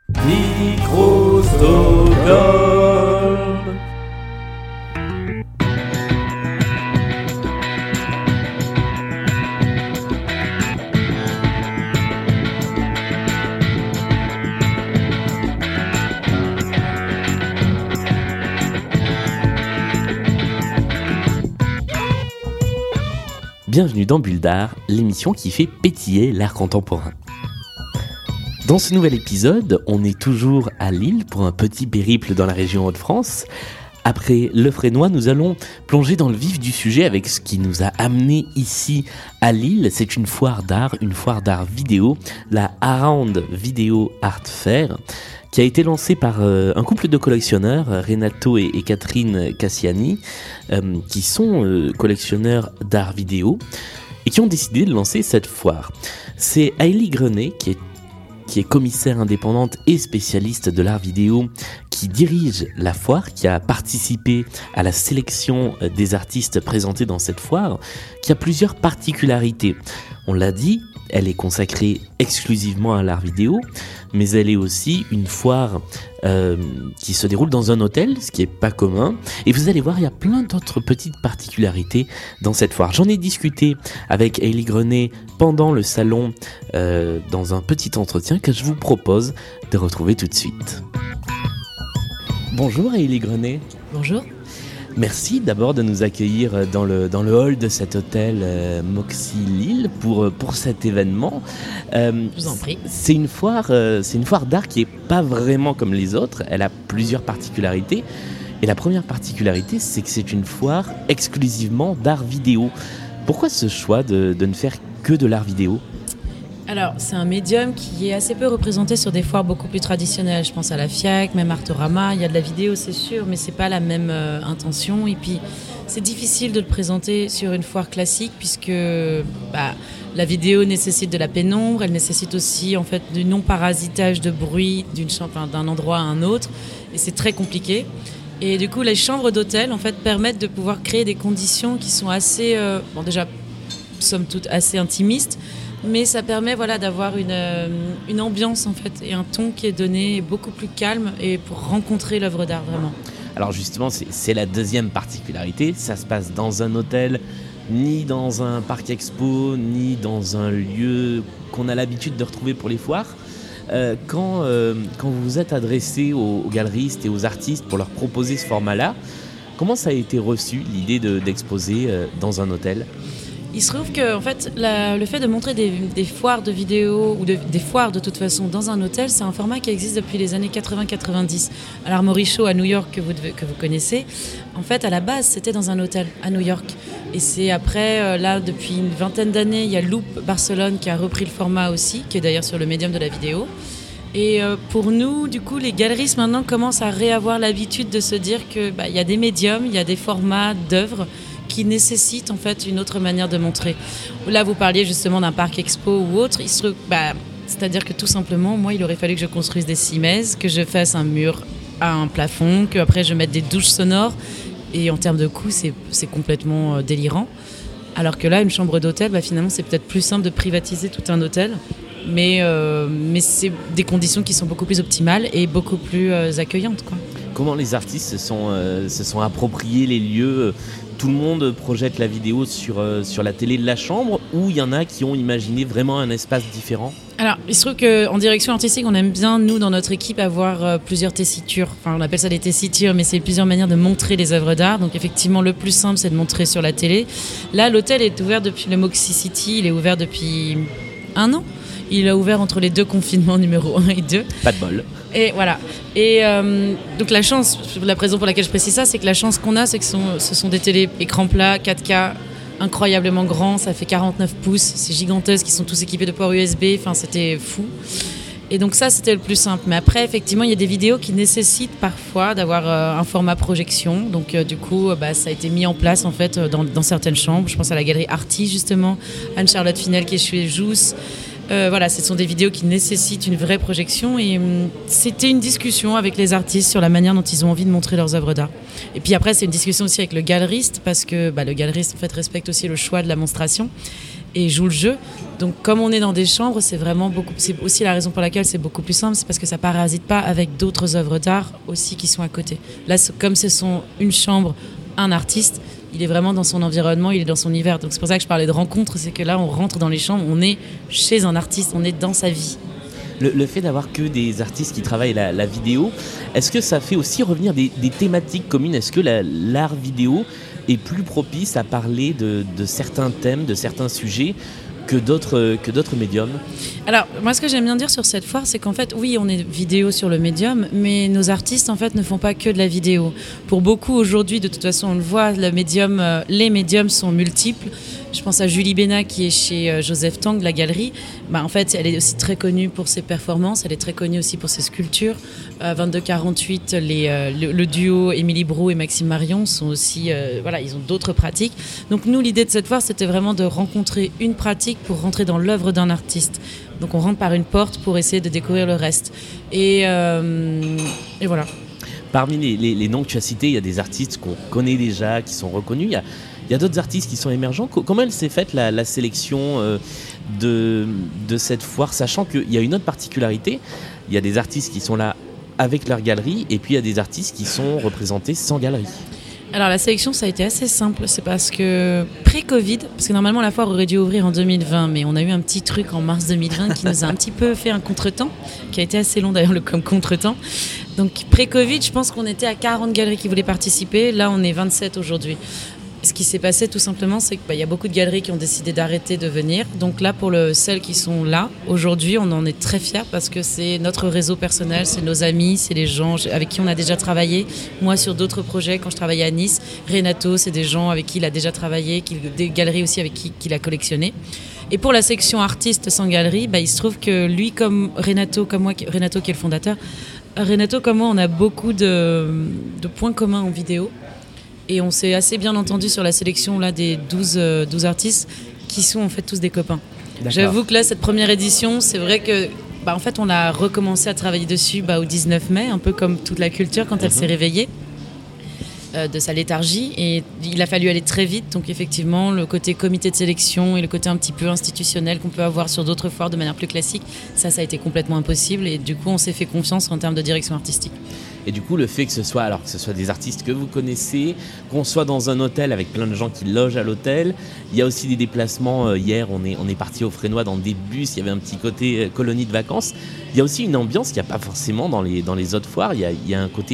Micro-Stockholm. Bienvenue dans Bulle d'Art, l'émission qui fait pétiller l'art contemporain. Dans ce nouvel épisode, on est toujours à Lille pour un petit périple dans la région Hauts-de-France. Après Le Fresnoy, nous allons plonger dans le vif du sujet avec ce qui nous a amené ici à Lille. C'est une foire d'art vidéo, la Around Video Art Fair, qui a été lancée par un couple de collectionneurs, Renato et Catherine Cassiani, qui sont collectionneurs d'art vidéo et qui ont décidé de lancer cette foire. C'est Hailey Grenet, qui est commissaire indépendante et spécialiste de l'art vidéo, qui dirige la foire, qui a participé à la sélection des artistes présentés dans cette foire, qui a plusieurs particularités. On l'a dit, elle est consacrée exclusivement à l'art vidéo, mais elle est aussi une foire qui se déroule dans un hôtel, ce qui n'est pas commun. Et vous allez voir, il y a plein d'autres petites particularités dans cette foire. J'en ai discuté avec Hailey Grenet pendant le salon dans un petit entretien que je vous propose de retrouver tout de suite. Bonjour Hailey Grenet. Bonjour. Merci d'abord de nous accueillir dans le hall de cet hôtel Moxy Lille pour cet événement. Je vous en prie. C'est une foire d'art qui est pas vraiment comme les autres. Elle a plusieurs particularités. Et la première particularité, c'est que c'est une foire exclusivement d'art vidéo. Pourquoi ce choix de ne faire que de l'art vidéo ? Alors, c'est un médium qui est assez peu représenté sur des foires beaucoup plus traditionnelles. Je pense à la FIAC, même Artorama. Il y a de la vidéo, c'est sûr, mais c'est pas la même intention. Et puis, c'est difficile de le présenter sur une foire classique puisque la vidéo nécessite de la pénombre. Elle nécessite aussi en fait du non-parasitage de bruit d'un endroit à un autre. Et c'est très compliqué. Et du coup, les chambres d'hôtel en fait permettent de pouvoir créer des conditions qui sont assez, déjà, somme toute, assez intimistes. Mais ça permet d'avoir une ambiance en fait et un ton qui est donné beaucoup plus calme et pour rencontrer l'œuvre d'art vraiment. Alors justement, c'est la deuxième particularité. Ça se passe dans un hôtel, ni dans un parc expo, ni dans un lieu qu'on a l'habitude de retrouver pour les foires. Quand vous vous êtes adressé aux galeristes et aux artistes pour leur proposer ce format-là, comment ça a été reçu, l'idée d'exposer dans un hôtel ? Il se trouve que en fait, le fait de montrer des foires de vidéo ou des foires de toute façon dans un hôtel, c'est un format qui existe depuis les années 80-90. À l'Armory Show à New York que vous connaissez, en fait à la base c'était dans un hôtel à New York. Et c'est après, là depuis une vingtaine d'années, il y a Loop Barcelone qui a repris le format aussi, qui est d'ailleurs sur le médium de la vidéo. Et pour nous, du coup, les galeristes maintenant commencent à réavoir l'habitude de se dire que il y a des médiums, il y a des formats d'œuvres qui nécessitent en fait une autre manière de montrer. Là, vous parliez justement d'un parc expo ou autre. C'est-à-dire que tout simplement, moi, il aurait fallu que je construise des cimaises, que je fasse un mur à un plafond, qu'après je mette des douches sonores. Et en termes de coût, c'est complètement délirant. Alors que là, une chambre d'hôtel, finalement, c'est peut-être plus simple de privatiser tout un hôtel. Mais c'est des conditions qui sont beaucoup plus optimales et beaucoup plus accueillantes, quoi. Comment les artistes se sont appropriés les lieux ? Tout le monde projette la vidéo sur la télé de la chambre ou il y en a qui ont imaginé vraiment un espace différent ? Alors, il se trouve qu'en direction artistique, on aime bien, nous, dans notre équipe, avoir plusieurs tessitures. Enfin, on appelle ça des tessitures, mais c'est plusieurs manières de montrer les œuvres d'art. Donc, effectivement, le plus simple, c'est de montrer sur la télé. Là, l'hôtel est ouvert depuis le Moxy City. Il est ouvert depuis 1 an. Il a ouvert entre les 2 confinements numéro 1 et 2. Pas de bol. Et voilà. Et donc la chance, la raison pour laquelle je précise ça, c'est que la chance qu'on a, c'est que ce sont des télé écran plat, 4K, incroyablement grands. Ça fait 49 pouces, c'est gigantesque, qui sont tous équipés de ports USB. Enfin, c'était fou. Et donc ça, c'était le plus simple. Mais après, effectivement, il y a des vidéos qui nécessitent parfois d'avoir un format projection. Donc du coup, ça a été mis en place en fait dans certaines chambres. Je pense à la galerie Arty, justement, Anne-Charlotte Finel qui est chez Jousse. Ce sont des vidéos qui nécessitent une vraie projection et c'était une discussion avec les artistes sur la manière dont ils ont envie de montrer leurs œuvres d'art. Et puis après, c'est une discussion aussi avec le galeriste parce que le galeriste en fait respecte aussi le choix de la monstration. et joue le jeu. Donc comme on est dans des chambres, c'est aussi la raison pour laquelle c'est beaucoup plus simple, c'est parce que ça parasite pas avec d'autres œuvres d'art aussi qui sont à côté. Là, comme ce sont une chambre, un artiste, il est vraiment dans son environnement, il est dans son univers. Donc c'est pour ça que je parlais de rencontre, c'est que là on rentre dans les chambres, on est chez un artiste, on est dans sa vie. Le fait d'avoir que des artistes qui travaillent la vidéo, est-ce que ça fait aussi revenir des thématiques communes ? Est-ce que l'art vidéo est plus propice à parler de certains thèmes, de certains sujets que d'autres médiums ? Alors, moi, ce que j'aime bien dire sur cette foire, c'est qu'en fait, oui, on est vidéo sur le médium, mais nos artistes, en fait, ne font pas que de la vidéo. Pour beaucoup, aujourd'hui, de toute façon, on le voit, les médiums sont multiples. Je pense à Julie Bénat, qui est chez Joseph Tang, la galerie. En fait, elle est aussi très connue pour ses performances, elle est très connue aussi pour ses sculptures. 2248, le duo Émilie Brou et Maxime Marion sont aussi, ils ont d'autres pratiques. Donc nous, l'idée de cette foire, c'était vraiment de rencontrer une pratique pour rentrer dans l'œuvre d'un artiste. Donc on rentre par une porte pour essayer de découvrir le reste. Et voilà. Parmi les noms que tu as cités, il y a des artistes qu'on connaît déjà, qui sont reconnus. Il y a d'autres artistes qui sont émergents. Comment elle s'est faite la sélection de cette foire, sachant qu'il y a une autre particularité, il y a des artistes qui sont là avec leur galerie et puis il y a des artistes qui sont représentés sans galerie. Alors la sélection, ça a été assez simple, c'est parce que pré-Covid, parce que normalement la foire aurait dû ouvrir en 2020, mais on a eu un petit truc en mars 2020 qui nous a un petit peu fait un contretemps, qui a été assez long d'ailleurs comme contretemps. Donc pré-Covid, je pense qu'on était à 40 galeries qui voulaient participer, là on est 27 aujourd'hui. Ce qui s'est passé tout simplement, c'est qu'il y a beaucoup de galeries qui ont décidé d'arrêter de venir. Donc là, pour celles qui sont là, aujourd'hui, on en est très fiers parce que c'est notre réseau personnel, c'est nos amis, c'est les gens avec qui on a déjà travaillé. Moi, sur d'autres projets, quand je travaillais à Nice, Renato, c'est des gens avec qui il a déjà travaillé, des galeries aussi avec qui il a collectionné. Et pour la section artistes sans galerie, il se trouve que lui, comme Renato, comme moi, Renato qui est le fondateur, Renato comme moi, on a beaucoup de points communs en vidéo. Et on s'est assez bien entendu sur la sélection là, des 12 artistes qui sont en fait tous des copains. D'accord. J'avoue que là, cette première édition, c'est vrai que en fait, on a recommencé à travailler dessus au 19 mai, un peu comme toute la culture quand elle s'est réveillée de sa léthargie. Et il a fallu aller très vite. Donc effectivement, le côté comité de sélection et le côté un petit peu institutionnel qu'on peut avoir sur d'autres foires de manière plus classique, ça a été complètement impossible. Et du coup, on s'est fait confiance en termes de direction artistique. Et du coup, le fait que ce soit des artistes que vous connaissez, qu'on soit dans un hôtel avec plein de gens qui logent à l'hôtel, il y a aussi des déplacements. Hier, on est parti au Frénois dans des bus, il y avait un petit côté colonie de vacances. Il y a aussi une ambiance qu'il n'y a pas forcément dans les autres foires. Il y a un côté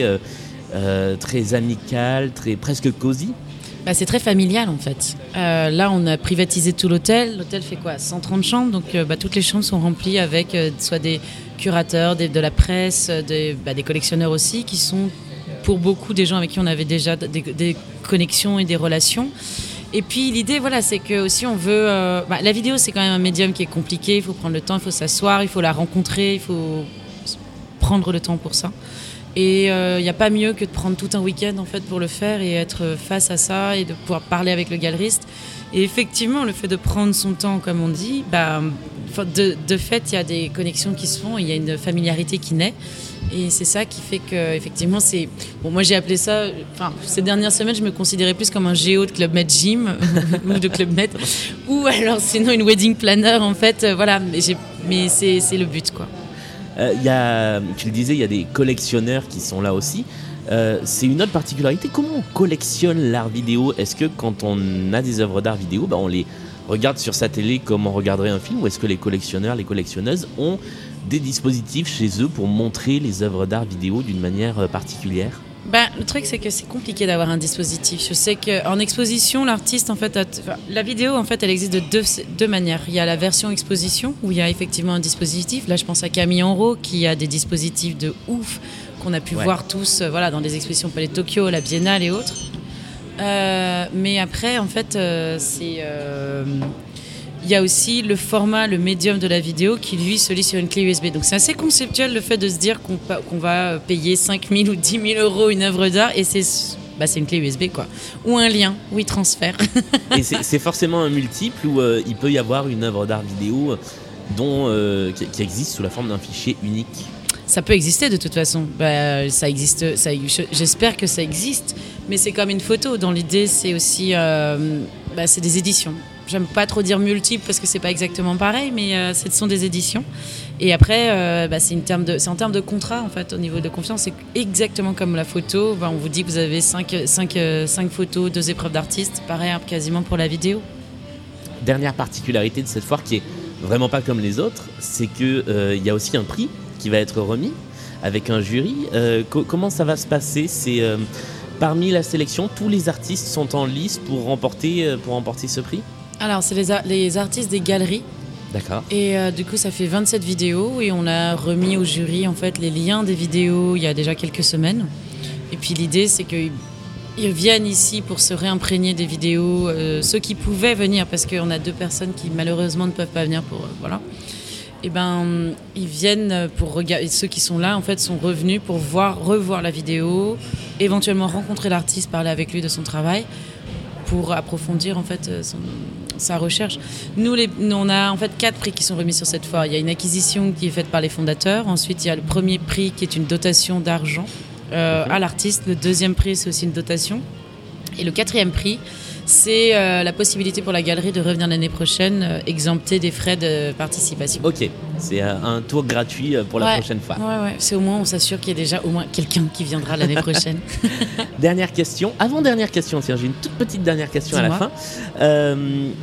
très amical, presque cosy. C'est très familial en fait. Là, on a privatisé tout l'hôtel. L'hôtel fait quoi ? 130 chambres. Donc toutes les chambres sont remplies avec soit des curateurs, de la presse, des collectionneurs aussi, qui sont pour beaucoup des gens avec qui on avait déjà des connexions et des relations. Et puis l'idée, c'est que aussi on veut... la vidéo, c'est quand même un médium qui est compliqué. Il faut prendre le temps, il faut s'asseoir, il faut la rencontrer, il faut prendre le temps pour ça. Et il n'y a pas mieux que de prendre tout un week-end en fait, pour le faire et être face à ça et de pouvoir parler avec le galeriste. Et effectivement, le fait de prendre son temps, comme on dit, de fait, il y a des connexions qui se font, il y a une familiarité qui naît. Et c'est ça qui fait que, effectivement, c'est... Bon, moi, j'ai appelé ça... ces dernières semaines, je me considérais plus comme un géo de Club Med Gym ou de Club Med. Ou alors, sinon, une wedding planner, en fait. Mais c'est le but, quoi. Tu le disais, il y a des collectionneurs qui sont là aussi. C'est une autre particularité. Comment on collectionne l'art vidéo ? Est-ce que quand on a des œuvres d'art vidéo, on les regarde sur sa télé comme on regarderait un film ? Ou est-ce que les collectionneurs, les collectionneuses ont des dispositifs chez eux pour montrer les œuvres d'art vidéo d'une manière particulière ? Le truc, c'est que c'est compliqué d'avoir un dispositif. Je sais qu'en exposition, l'artiste, en fait, la vidéo, en fait, elle existe de deux manières. Il y a la version exposition, où il y a effectivement un dispositif. Là, je pense à Camille Enrault, qui a des dispositifs de ouf, qu'on a pu voir tous dans des expositions Palais de Tokyo, la Biennale et autres. Mais après, en fait, il y a aussi le format, le médium de la vidéo qui, lui, se lit sur une clé USB. Donc, c'est assez conceptuel le fait de se dire qu'on va payer 5 000 ou 10 000 euros une œuvre d'art et c'est une clé USB, quoi. Ou un lien, où il transfère. Et c'est forcément un multiple où il peut y avoir une œuvre d'art vidéo qui existe sous la forme d'un fichier unique. Ça peut exister de toute façon. Ça existe. J'espère que ça existe. Mais c'est comme une photo. Dans l'idée, c'est aussi... c'est des éditions. j'aime pas trop dire multiples parce que c'est pas exactement pareil, mais ce sont des éditions. Et après, c'est en termes de contrat, en fait, au niveau de confiance. C'est exactement comme la photo. On vous dit que vous avez 5 photos, 2 épreuves d'artistes. Pareil, quasiment pour la vidéo. Dernière particularité de cette foire qui est vraiment pas comme les autres, c'est qu'il y a aussi un prix qui va être remis avec un jury. Comment ça va se passer ? C'est parmi la sélection, tous les artistes sont en lice pour remporter ce prix ? Alors, c'est les artistes des galeries. D'accord. Et du coup, ça fait 27 vidéos et on a remis au jury en fait les liens des vidéos il y a déjà quelques semaines. Et puis l'idée, c'est qu'ils viennent ici pour se réimprégner des vidéos, ceux qui pouvaient venir, parce qu'on a 2 personnes qui malheureusement ne peuvent pas venir pour voilà. Et ils viennent pour regarder. Ceux qui sont là en fait sont revenus pour revoir la vidéo, éventuellement rencontrer l'artiste, parler avec lui de son travail, pour approfondir en fait sa recherche. Nous, on a en fait 4 prix qui sont remis sur cette foire. Il y a une acquisition qui est faite par les fondateurs. Ensuite, il y a le premier prix qui est une dotation d'argent à l'artiste. Le deuxième prix, c'est aussi une dotation. Et le 4e prix, c'est la possibilité pour la galerie de revenir l'année prochaine, exemptée des frais de participation. Ok, c'est un tour gratuit pour la prochaine fois. Ouais. C'est au moins, on s'assure qu'il y a déjà au moins quelqu'un qui viendra l'année prochaine. Dernière question, avant-dernière question, tiens, j'ai une toute petite dernière question. Dis-moi. À la fin.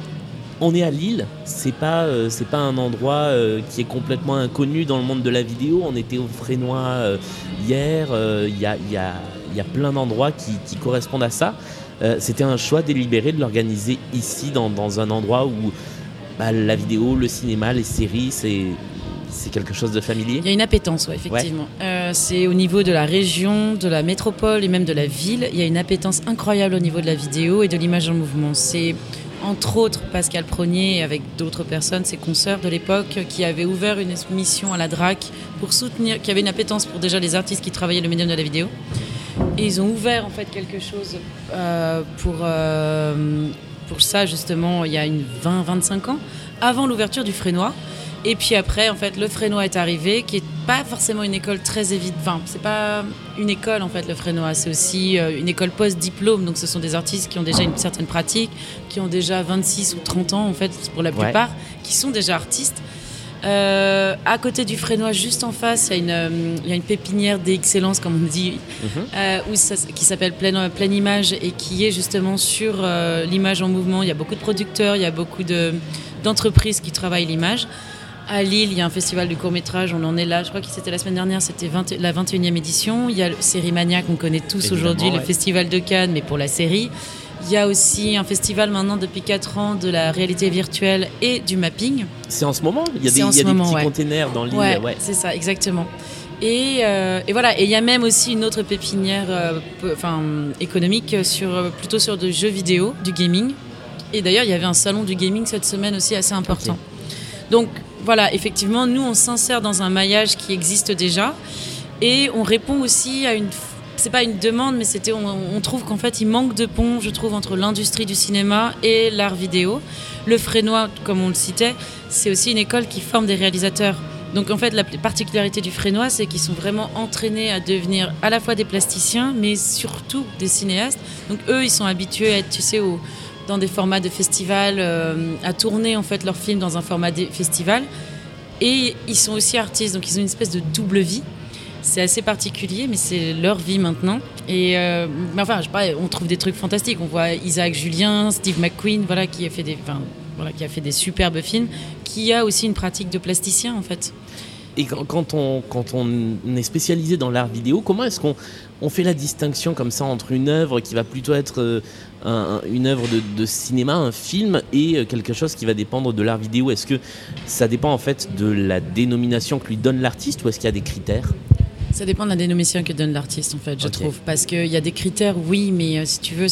On est à Lille, c'est pas un endroit qui est complètement inconnu dans le monde de la vidéo. On était au Frénois hier, il y a plein d'endroits qui correspondent à ça. C'était un choix délibéré de l'organiser ici, dans un endroit où la vidéo, le cinéma, les séries, c'est quelque chose de familier. Il y a une appétence, effectivement. Ouais. C'est au niveau de la région, de la métropole et même de la ville. Il y a une appétence incroyable au niveau de la vidéo et de l'image en mouvement. C'est entre autres Pascal Prognier, avec d'autres personnes, ses consoeurs de l'époque, qui avaient ouvert une mission à la DRAC pour soutenir, qui avait une appétence pour déjà les artistes qui travaillaient le médium de la vidéo. Et ils ont ouvert en fait quelque chose pour ça justement il y a 20-25 ans, avant l'ouverture du Frénois. Et puis après, en fait, le Frénois est arrivé, qui n'est pas forcément une école très évidente. Enfin, c'est pas une école, en fait, le Frénois. C'est aussi une école post-diplôme. Donc, ce sont des artistes qui ont déjà une certaine pratique, qui ont déjà 26 ou 30 ans, en fait, pour la plupart, qui sont déjà artistes. À côté du Frénois, juste en face, il y a une pépinière d'excellence, comme on dit, qui s'appelle Pleine Image et qui est justement sur l'image en mouvement. Il y a beaucoup de producteurs, il y a beaucoup d'entreprises qui travaillent l'image. À Lille, il y a un festival du court-métrage, on en est là, je crois que c'était la semaine dernière, c'était la 21e édition. Il y a le Sérimania qu'on connaît tous évidemment, aujourd'hui, le festival de Cannes, mais pour la série. Il y a aussi un festival maintenant depuis 4 ans de la réalité virtuelle et du mapping. C'est en ce moment ? Il y a des petits containers dans l'île. Ouais, c'est ça, exactement. Et voilà, et il y a même aussi une autre pépinière économique plutôt sur de jeux vidéo, du gaming. Et d'ailleurs, il y avait un salon du gaming cette semaine aussi assez important. Okay. Donc voilà, effectivement, nous, on s'insère dans un maillage qui existe déjà et on répond aussi à c'est pas une demande, mais on trouve qu'en fait, il manque de pont, je trouve, entre l'industrie du cinéma et l'art vidéo. Le Frénois, comme on le citait, c'est aussi une école qui forme des réalisateurs. Donc en fait, la particularité du Frénois, c'est qu'ils sont vraiment entraînés à devenir à la fois des plasticiens, mais surtout des cinéastes. Donc eux, ils sont habitués à être, tu sais, dans des formats de festival, à tourner en fait leurs films dans un format de festival. Et ils sont aussi artistes, donc ils ont une espèce de double vie. C'est assez particulier, mais c'est leur vie maintenant. Et je sais pas, on trouve des trucs fantastiques. On voit Isaac Julien, Steve McQueen, qui a fait des superbes films, qui a aussi une pratique de plasticien en fait. Et quand on est spécialisé dans l'art vidéo, comment est-ce qu'on fait la distinction comme ça entre une œuvre qui va plutôt être une œuvre de cinéma, un film, et quelque chose qui va dépendre de l'art vidéo ? Est-ce que ça dépend en fait de la dénomination que lui donne l'artiste, ou est-ce qu'il y a des critères ? Ça dépend de la dénomination que donne l'artiste en fait, je trouve. Parce qu'il y a des critères, oui, mais si tu veux,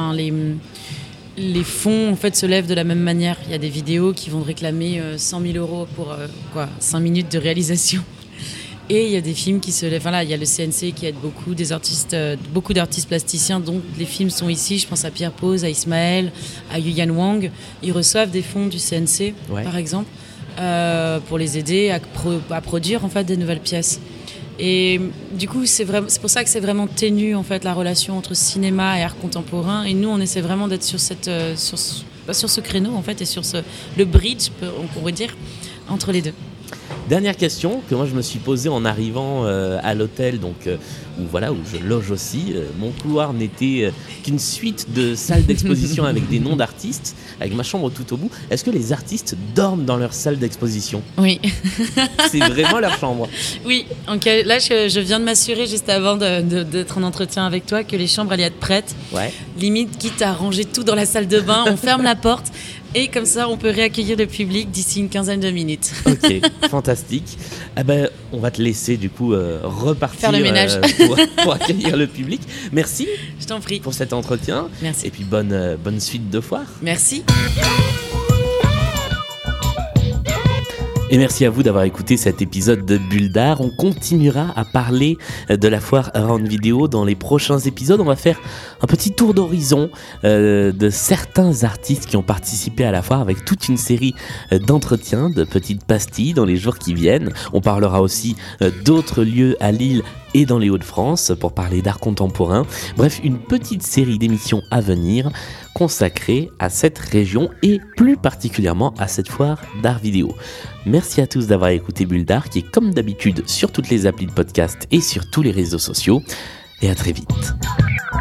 les fonds en fait se lèvent de la même manière. Il y a des vidéos qui vont réclamer 100 000 € pour 5 minutes de réalisation. Et il y a des films qui se lèvent. Il y a le CNC qui aide beaucoup d'artistes plasticiens, dont les films sont ici. Je pense à Pierre Pose, à Ismaël, à Yuyan Wang. Ils reçoivent des fonds du CNC, par exemple, pour les aider à produire en fait des nouvelles pièces. Et du coup, c'est pour ça que c'est vraiment ténu en fait la relation entre cinéma et art contemporain. Et nous, on essaie vraiment d'être sur sur ce créneau en fait et sur le bridge, on pourrait dire, entre les deux. Dernière question que moi je me suis posée en arrivant à l'hôtel, donc où je loge aussi. Mon couloir n'était qu'une suite de salles d'exposition avec des noms d'artistes, avec ma chambre tout au bout. Est-ce que les artistes dorment dans leur salle d'exposition ? Oui. C'est vraiment leur chambre ? Oui. Okay. Là, je viens de m'assurer juste avant d'être en entretien avec toi que les chambres allaient être prêtes. Ouais. Limite, quitte à ranger tout dans la salle de bain, on ferme la porte. Et comme ça, on peut réaccueillir le public d'ici une quinzaine de minutes. Ok, fantastique. On va te laisser du coup repartir faire le ménage pour accueillir le public. Merci. Je t'en prie. Pour cet entretien. Merci. Et puis bonne suite de foire. Merci. Et merci à vous d'avoir écouté cet épisode de Bulle d'Art. On continuera à parler de la foire Around Video dans les prochains épisodes. On va faire un petit tour d'horizon de certains artistes qui ont participé à la foire avec toute une série d'entretiens, de petites pastilles dans les jours qui viennent. On parlera aussi d'autres lieux à Lille et dans les Hauts-de-France pour parler d'art contemporain. Bref, une petite série d'émissions à venir consacrée à cette région et plus particulièrement à cette foire d'art vidéo. Merci à tous d'avoir écouté Bulle d'Art qui est comme d'habitude sur toutes les applis de podcast et sur tous les réseaux sociaux. Et à très vite.